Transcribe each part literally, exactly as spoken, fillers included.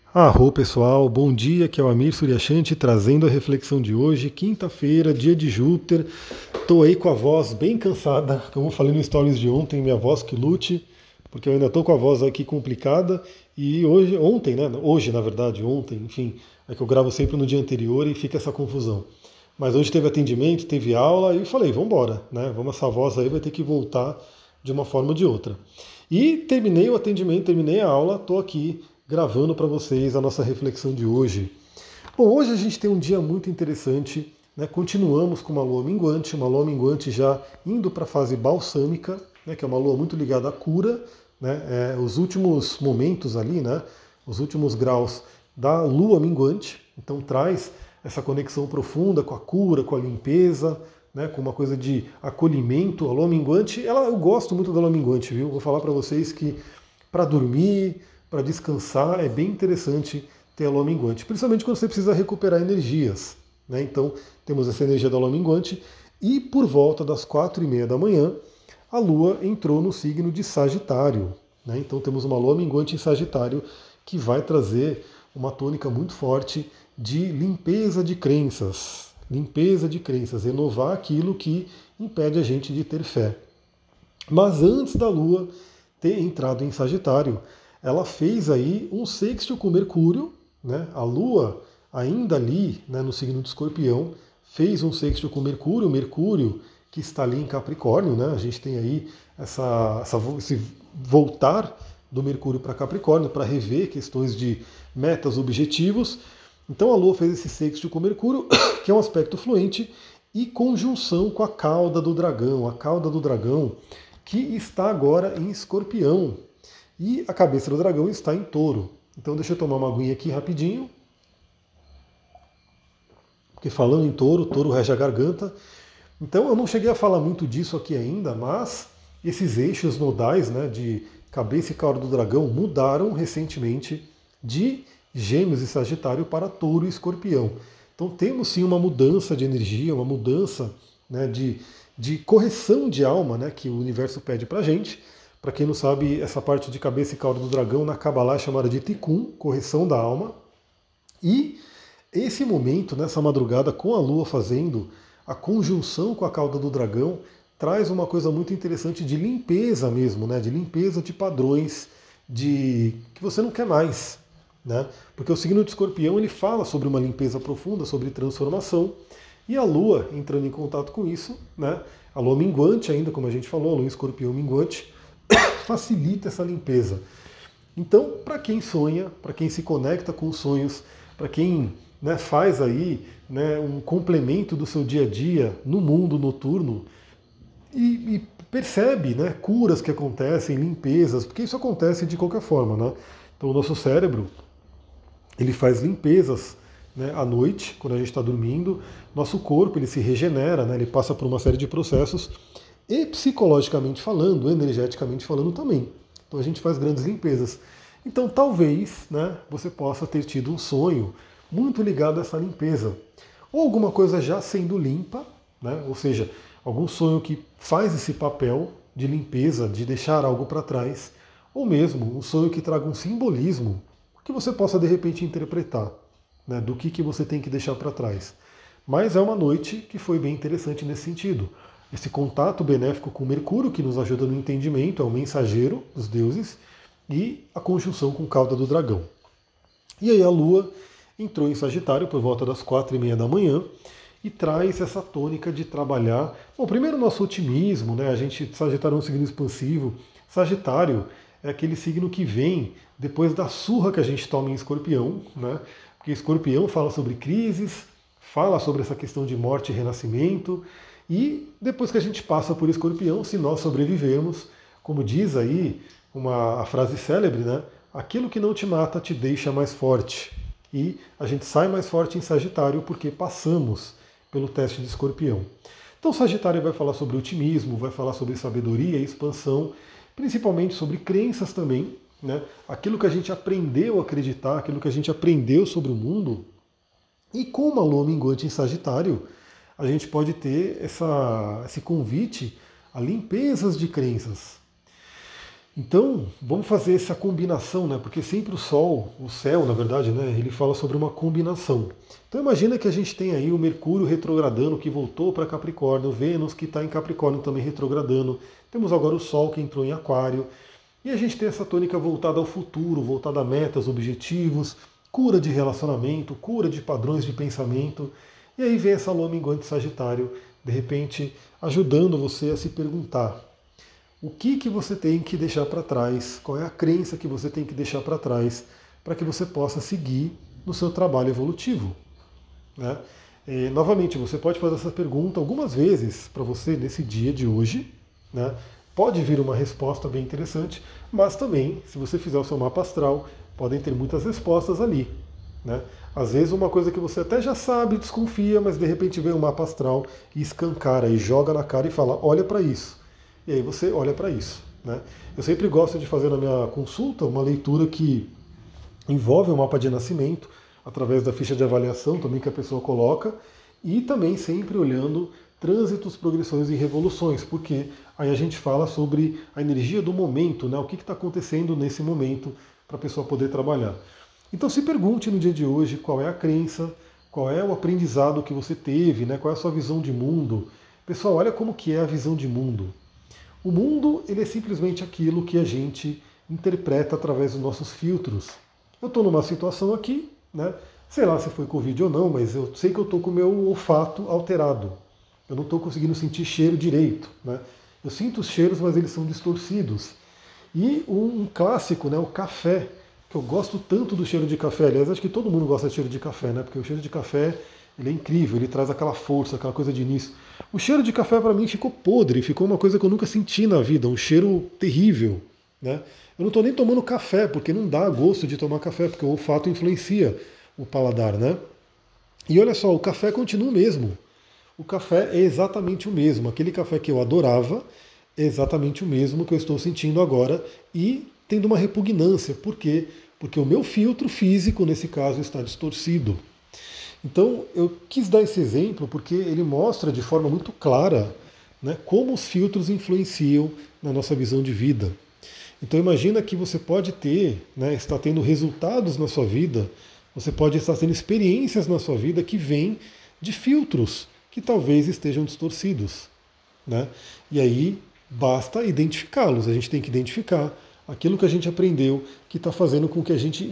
Arro pessoal, bom dia, que é o Amir Suryashanti trazendo a reflexão de hoje, quinta-feira, dia de Júpiter. Tô aí com a voz bem cansada, como eu falei no stories de ontem, minha voz que lute, porque eu ainda tô com a voz aqui complicada. E hoje, ontem, né? Hoje, na verdade, ontem, enfim, é que eu gravo sempre no dia anterior e fica essa confusão. Mas hoje teve atendimento, teve aula e eu falei, vamos embora, né? Vamos, essa voz aí vai ter que voltar de uma forma ou de outra. E terminei o atendimento, terminei a aula, estou aqui gravando para vocês a nossa reflexão de hoje. Bom, hoje a gente tem um dia muito interessante, né? Continuamos com uma lua minguante, uma lua minguante já indo para a fase balsâmica, né? Que é uma lua muito ligada à cura, né? É, os últimos momentos ali, né? Os últimos graus da lua minguante, então traz essa conexão profunda com a cura, com a limpeza, né, com uma coisa de acolhimento. A lua minguante, ela, eu gosto muito da lua minguante, viu? Vou falar para vocês que para dormir, para descansar, é bem interessante ter a lua minguante, principalmente quando você precisa recuperar energias. Né? Então, temos essa energia da lua minguante e por volta das quatro e meia da manhã, a lua entrou no signo de Sagitário. Né? Então, temos uma lua minguante em Sagitário que vai trazer uma tônica muito forte de limpeza de crenças. Limpeza de crenças, renovar aquilo que impede a gente de ter fé. Mas antes da Lua ter entrado em Sagitário, ela fez aí um sextil com Mercúrio, né? A Lua, ainda ali, né, no signo de Escorpião, fez um sextil com Mercúrio, Mercúrio que está ali em Capricórnio, né? A gente tem aí essa, essa esse voltar do Mercúrio para Capricórnio para rever questões de metas, objetivos. Então a Lua fez esse sextil com Mercúrio, que é um aspecto fluente, e conjunção com a cauda do dragão. A cauda do dragão que está agora em Escorpião. E a cabeça do dragão está em Touro. Então deixa eu tomar uma aguinha aqui rapidinho. Porque falando em Touro, Touro rege a garganta. Então eu não cheguei a falar muito disso aqui ainda, mas esses eixos nodais, né, de cabeça e cauda do dragão mudaram recentemente de Gêmeos e Sagitário para Touro e Escorpião. Então temos sim uma mudança de energia, uma mudança, né, de, de correção de alma, né, que o universo pede para a gente. Para quem não sabe, essa parte de cabeça e cauda do dragão na Kabbalah é chamada de Tikkun, correção da alma. E esse momento, nessa madrugada, com a Lua fazendo a conjunção com a cauda do dragão, traz uma coisa muito interessante de limpeza mesmo, né? De limpeza de padrões de que você não quer mais. Né? Porque o signo de Escorpião ele fala sobre uma limpeza profunda, sobre transformação, e a Lua entrando em contato com isso, né? A Lua minguante ainda, como a gente falou, a Lua em Escorpião minguante, facilita essa limpeza. Então, para quem sonha, para quem se conecta com os sonhos, para quem, né, faz aí, né, um complemento do seu dia a dia no mundo noturno e, e percebe, né, curas que acontecem, limpezas, porque isso acontece de qualquer forma. Né? Então, o nosso cérebro ele faz limpezas, né, à noite, quando a gente está dormindo. Nosso corpo ele se regenera, né, ele passa por uma série de processos, e psicologicamente falando, energeticamente falando também. Então a gente faz grandes limpezas. Então talvez, né, você possa ter tido um sonho muito ligado a essa limpeza. Ou alguma coisa já sendo limpa, né, ou seja, algum sonho que faz esse papel de limpeza, de deixar algo para trás. Ou mesmo um sonho que traga um simbolismo que você possa de repente interpretar, né, do que, que você tem que deixar para trás. Mas é uma noite que foi bem interessante nesse sentido. Esse contato benéfico com Mercúrio, que nos ajuda no entendimento, é o mensageiro dos deuses, e a conjunção com cauda do dragão. E aí a Lua entrou em Sagitário por volta das quatro e meia da manhã e traz essa tônica de trabalhar. Bom, primeiro o nosso otimismo, né? A gente, Sagitário é um signo expansivo. Sagitário é aquele signo que vem depois da surra que a gente toma em Escorpião, né? Porque Escorpião fala sobre crises, fala sobre essa questão de morte e renascimento, e depois que a gente passa por Escorpião, se nós sobrevivermos, como diz aí uma a frase célebre, né? Aquilo que não te mata te deixa mais forte. E a gente sai mais forte em Sagitário porque passamos pelo teste de Escorpião. Então Sagitário vai falar sobre otimismo, vai falar sobre sabedoria e expansão, principalmente sobre crenças também, né? Aquilo que a gente aprendeu a acreditar, aquilo que a gente aprendeu sobre o mundo. E com uma lua minguante em Sagitário, a gente pode ter essa, esse convite a limpezas de crenças. Então, vamos fazer essa combinação, né? Porque sempre o Sol, o céu, na verdade, né? Ele fala sobre uma combinação. Então imagina que a gente tem aí o Mercúrio retrogradando que voltou para Capricórnio, Vênus que está em Capricórnio também retrogradando. Temos agora o Sol que entrou em Aquário. E a gente tem essa tônica voltada ao futuro, voltada a metas, objetivos, cura de relacionamento, cura de padrões de pensamento. E aí vem essa lua minguante Sagitário, de repente ajudando você a se perguntar: o que, que você tem que deixar para trás? Qual é a crença que você tem que deixar para trás para que você possa seguir no seu trabalho evolutivo? Né? E, novamente, você pode fazer essa pergunta algumas vezes para você nesse dia de hoje. Né? Pode vir uma resposta bem interessante, mas também, se você fizer o seu mapa astral, podem ter muitas respostas ali. Né? Às vezes uma coisa que você até já sabe, desconfia, mas de repente vem o mapa astral e escancara e joga na cara e fala: olha para isso. E aí você olha para isso. Né? Eu sempre gosto de fazer na minha consulta uma leitura que envolve o mapa de nascimento, através da ficha de avaliação também que a pessoa coloca, e também sempre olhando trânsitos, progressões e revoluções, porque aí a gente fala sobre a energia do momento, né? O que está acontecendo nesse momento para a pessoa poder trabalhar. Então se pergunte no dia de hoje qual é a crença, qual é o aprendizado que você teve, né? Qual é a sua visão de mundo. Pessoal, olha como que é a visão de mundo. O mundo, ele é simplesmente aquilo que a gente interpreta através dos nossos filtros. Eu estou numa situação aqui, né? Sei lá se foi Covid ou não, mas eu sei que eu estou com o meu olfato alterado. Eu não estou conseguindo sentir cheiro direito. Né? Eu sinto os cheiros, mas eles são distorcidos. E um clássico, né, o café, que eu gosto tanto do cheiro de café. Aliás, acho que todo mundo gosta de cheiro de café, né? Porque o cheiro de café, ele é incrível, ele traz aquela força, aquela coisa de início. O cheiro de café para mim ficou podre, ficou uma coisa que eu nunca senti na vida, um cheiro terrível. Né? Eu não estou nem tomando café, porque não dá gosto de tomar café, porque o olfato influencia o paladar. Né? E olha só, o café continua o mesmo. O café é exatamente o mesmo. Aquele café que eu adorava é exatamente o mesmo que eu estou sentindo agora e tendo uma repugnância. Por quê? Porque o meu filtro físico, nesse caso, está distorcido. Então, eu quis dar esse exemplo porque ele mostra de forma muito clara, né, como os filtros influenciam na nossa visão de vida. Então, imagina que você pode ter, né, está tendo resultados na sua vida, você pode estar tendo experiências na sua vida que vêm de filtros que talvez estejam distorcidos. Né? E aí, basta identificá-los. A gente tem que identificar aquilo que a gente aprendeu que está fazendo com que a gente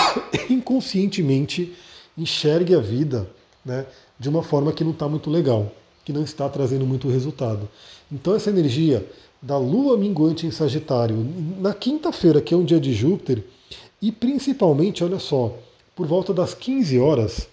inconscientemente enxergue a vida, né, de uma forma que não está muito legal, que não está trazendo muito resultado. Então essa energia da Lua minguante em Sagitário, na quinta-feira, que é um dia de Júpiter, e principalmente, olha só, por volta das quinze horas,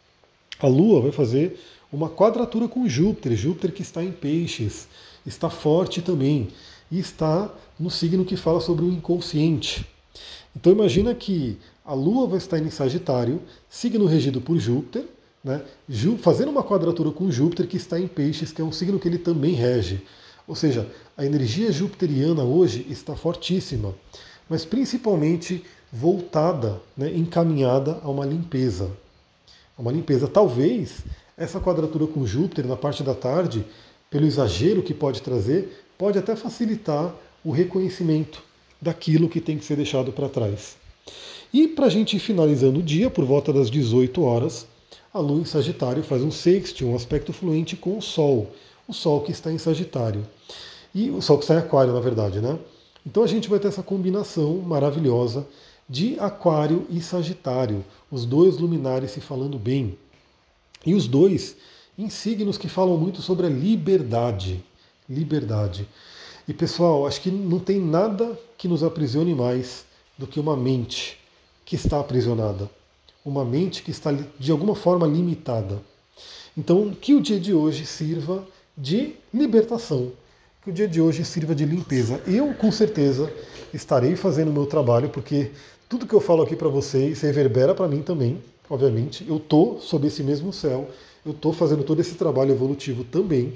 a Lua vai fazer uma quadratura com Júpiter, Júpiter que está em Peixes, está forte também, e está no signo que fala sobre o inconsciente. Então imagina que a Lua vai estar em Sagitário, signo regido por Júpiter, né, fazendo uma quadratura com Júpiter que está em Peixes, que é um signo que ele também rege. Ou seja, a energia jupiteriana hoje está fortíssima, mas principalmente voltada, né, encaminhada a uma limpeza. A uma limpeza. Talvez essa quadratura com Júpiter na parte da tarde, pelo exagero que pode trazer, pode até facilitar o reconhecimento daquilo que tem que ser deixado para trás. E para a gente ir finalizando o dia, por volta das dezoito horas, a Lua em Sagitário faz um sextil, um aspecto fluente com o Sol. O Sol que está em Sagitário. E o Sol que está em Aquário, na verdade, né? Então a gente vai ter essa combinação maravilhosa de Aquário e Sagitário, os dois luminares se falando bem. E os dois em signos que falam muito sobre a liberdade. Liberdade. E pessoal, acho que não tem nada que nos aprisione mais do que uma mente que está aprisionada. Uma mente que está de alguma forma limitada. Então, que o dia de hoje sirva de libertação. Que o dia de hoje sirva de limpeza. Eu, com certeza, estarei fazendo o meu trabalho, porque tudo que eu falo aqui para vocês reverbera para mim também, obviamente. Eu estou sob esse mesmo céu, eu estou fazendo todo esse trabalho evolutivo também.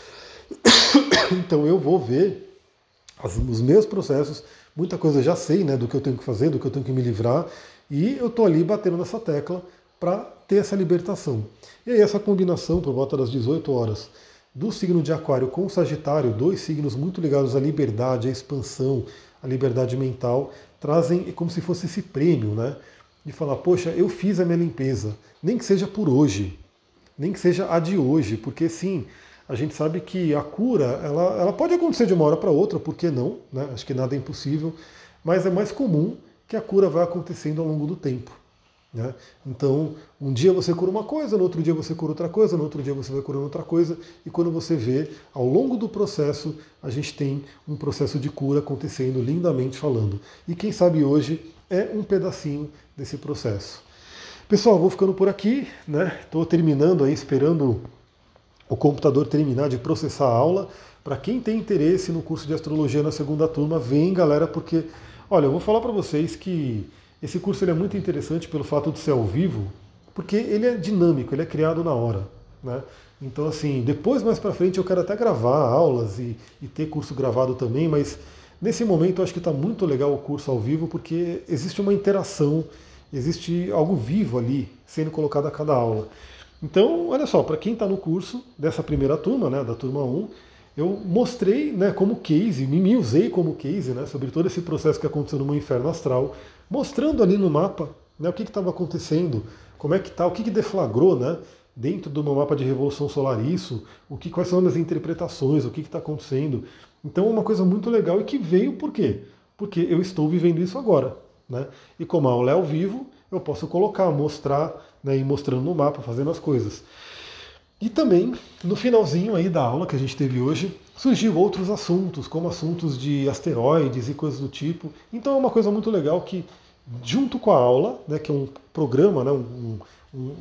Então eu vou ver as, os meus processos, muita coisa eu já sei, né, do que eu tenho que fazer, do que eu tenho que me livrar, e eu estou ali batendo nessa tecla para ter essa libertação. E aí essa combinação, por volta das dezoito horas, do signo de Aquário com o Sagitário, dois signos muito ligados à liberdade, à expansão, a liberdade mental, trazem como se fosse esse prêmio, né? De falar, poxa, eu fiz a minha limpeza, nem que seja por hoje, nem que seja a de hoje, porque sim, a gente sabe que a cura, ela, ela pode acontecer de uma hora para outra, por que não? Né? Acho que nada é impossível, mas é mais comum que a cura vai acontecendo ao longo do tempo. Né? Então, um dia você cura uma coisa, no outro dia você cura outra coisa, no outro dia você vai curando outra coisa, e quando você vê, ao longo do processo, a gente tem um processo de cura acontecendo lindamente falando. E quem sabe hoje é um pedacinho desse processo. Pessoal, vou ficando por aqui, né? Estou terminando aí, esperando o computador terminar de processar a aula. Para quem tem interesse no curso de astrologia na segunda turma, vem, galera, porque, olha, eu vou falar para vocês que esse curso ele é muito interessante pelo fato de ser ao vivo, porque ele é dinâmico, ele é criado na hora, né? Então, assim, depois, mais para frente, eu quero até gravar aulas e, e ter curso gravado também, mas nesse momento eu acho que está muito legal o curso ao vivo, porque existe uma interação, existe algo vivo ali sendo colocado a cada aula. Então, olha só, para quem está no curso dessa primeira turma, né, da turma um, eu mostrei, né, como case, me, me usei como case, né, sobre todo esse processo que aconteceu no meu inferno astral, mostrando ali no mapa, né, o que estava acontecendo, como é que está, o que, que deflagrou, né, dentro do meu mapa de revolução solar isso, o que, quais são as interpretações, o que está acontecendo. Então é uma coisa muito legal e que veio por quê? Porque eu estou vivendo isso agora. Né? E como a aula é ao vivo, eu posso colocar, mostrar, né, e mostrando no mapa, fazendo as coisas. E também, no finalzinho aí da aula que a gente teve hoje, surgiu outros assuntos, como assuntos de asteroides e coisas do tipo. Então é uma coisa muito legal que, junto com a aula, né, que é um programa, né, um, um, um,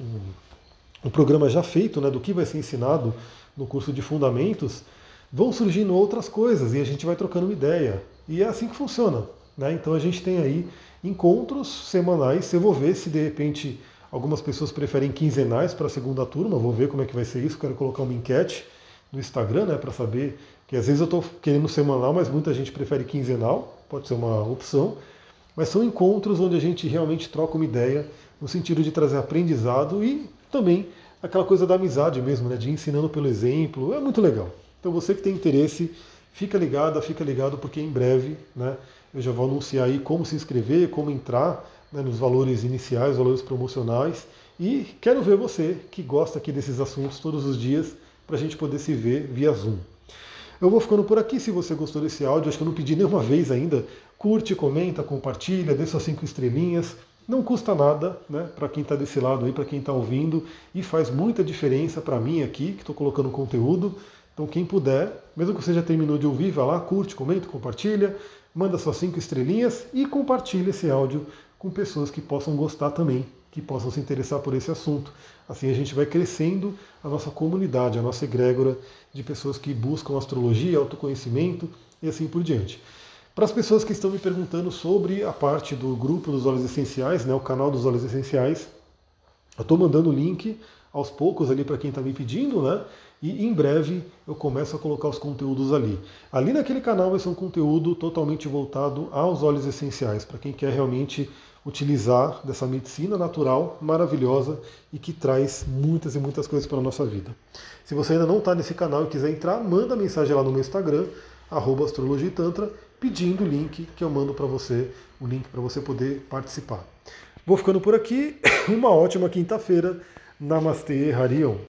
um programa já feito, né, do que vai ser ensinado no curso de Fundamentos, vão surgindo outras coisas e a gente vai trocando uma ideia. E é assim que funciona. Né? Então a gente tem aí encontros semanais. Eu vou ver se de repente algumas pessoas preferem quinzenais para a segunda turma, vou ver como é que vai ser isso. Quero colocar uma enquete no Instagram, né, para saber, que às vezes eu estou querendo semanal, mas muita gente prefere quinzenal, pode ser uma opção. Mas são encontros onde a gente realmente troca uma ideia no sentido de trazer aprendizado e também aquela coisa da amizade mesmo, né, de ensinando pelo exemplo. É muito legal. Então você que tem interesse, fica ligada, fica ligado, porque em breve, né, eu já vou anunciar aí como se inscrever, como entrar, né, nos valores iniciais, valores promocionais. E quero ver você que gosta aqui desses assuntos todos os dias, para a gente poder se ver via Zoom. Eu vou ficando por aqui. Se você gostou desse áudio, acho que eu não pedi nenhuma vez ainda, curte, comenta, compartilha, dê suas cinco estrelinhas. Não custa nada, né, para quem está desse lado aí, para quem está ouvindo, e faz muita diferença para mim aqui, que estou colocando conteúdo. Então quem puder, mesmo que você já terminou de ouvir, vai lá, curte, comenta, compartilha, manda suas cinco estrelinhas e compartilha esse áudio com pessoas que possam gostar também, que possam se interessar por esse assunto. Assim a gente vai crescendo a nossa comunidade, a nossa egrégora de pessoas que buscam astrologia, autoconhecimento e assim por diante. Para as pessoas que estão me perguntando sobre a parte do grupo dos óleos essenciais, né, o canal dos óleos essenciais, eu estou mandando o link aos poucos ali para quem está me pedindo, né? E em breve eu começo a colocar os conteúdos ali. Ali naquele canal vai ser um conteúdo totalmente voltado aos óleos essenciais, para quem quer realmente utilizar dessa medicina natural maravilhosa e que traz muitas e muitas coisas para a nossa vida. Se você ainda não está nesse canal e quiser entrar, manda mensagem lá no meu Instagram, arroba astrologitantra, pedindo o link que eu mando para você, o link para você poder participar. Vou ficando por aqui. Uma ótima quinta-feira. Namastê, Harion.